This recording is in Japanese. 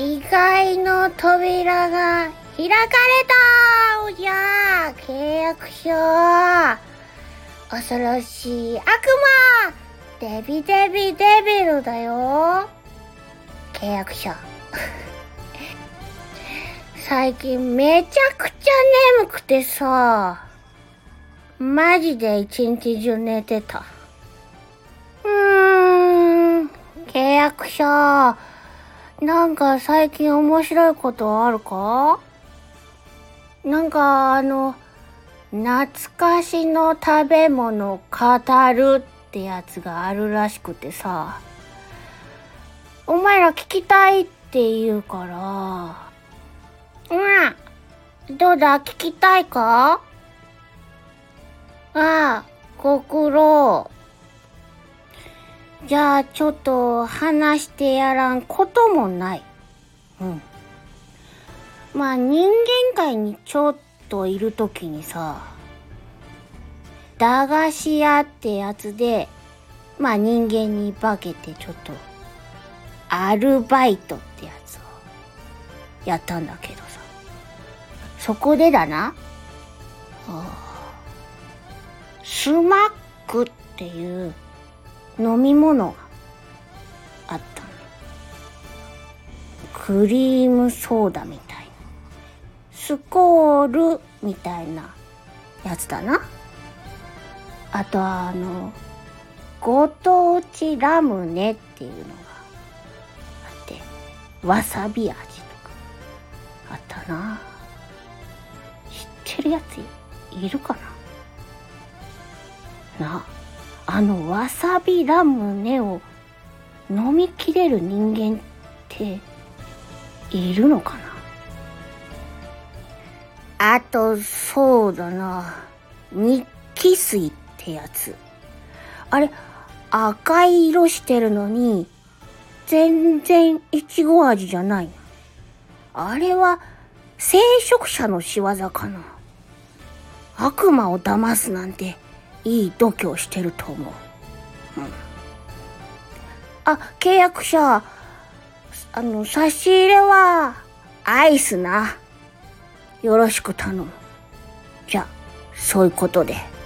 意外の扉が開かれた。おじゃー、契約書。恐ろしい悪魔、デビルだよ。契約書。最近めちゃくちゃ眠くてさ、マジで一日中寝てた。契約書。なんか最近面白いことあるか？なんか懐かしの食べ物を語るってやつがあるらしくてさ、お前ら聞きたいって言うから、どうだ、聞きたいか？ご苦労。じゃあちょっと話してやらんこともない。まあ人間界にちょっといるときにさ、駄菓子屋ってやつで、まあ人間に化けてちょっとアルバイトってやつをやったんだけどさ、そこでだな、スマックっていう飲み物があったの。クリームソーダみたいな、スコールみたいなやつだな。あとご当地ラムネっていうのがあって、わさび味とかあったな。知ってるやついるかな？わさびラムネを飲みきれる人間っているのかな？あとそうだな、日記水ってやつ。あれ赤い色してるのに全然いちご味じゃない。あれは聖職者の仕業かな。悪魔を騙すなんていい度胸してると思う。契約者、差し入れはアイスな。よろしく頼む。じゃあそういうことで。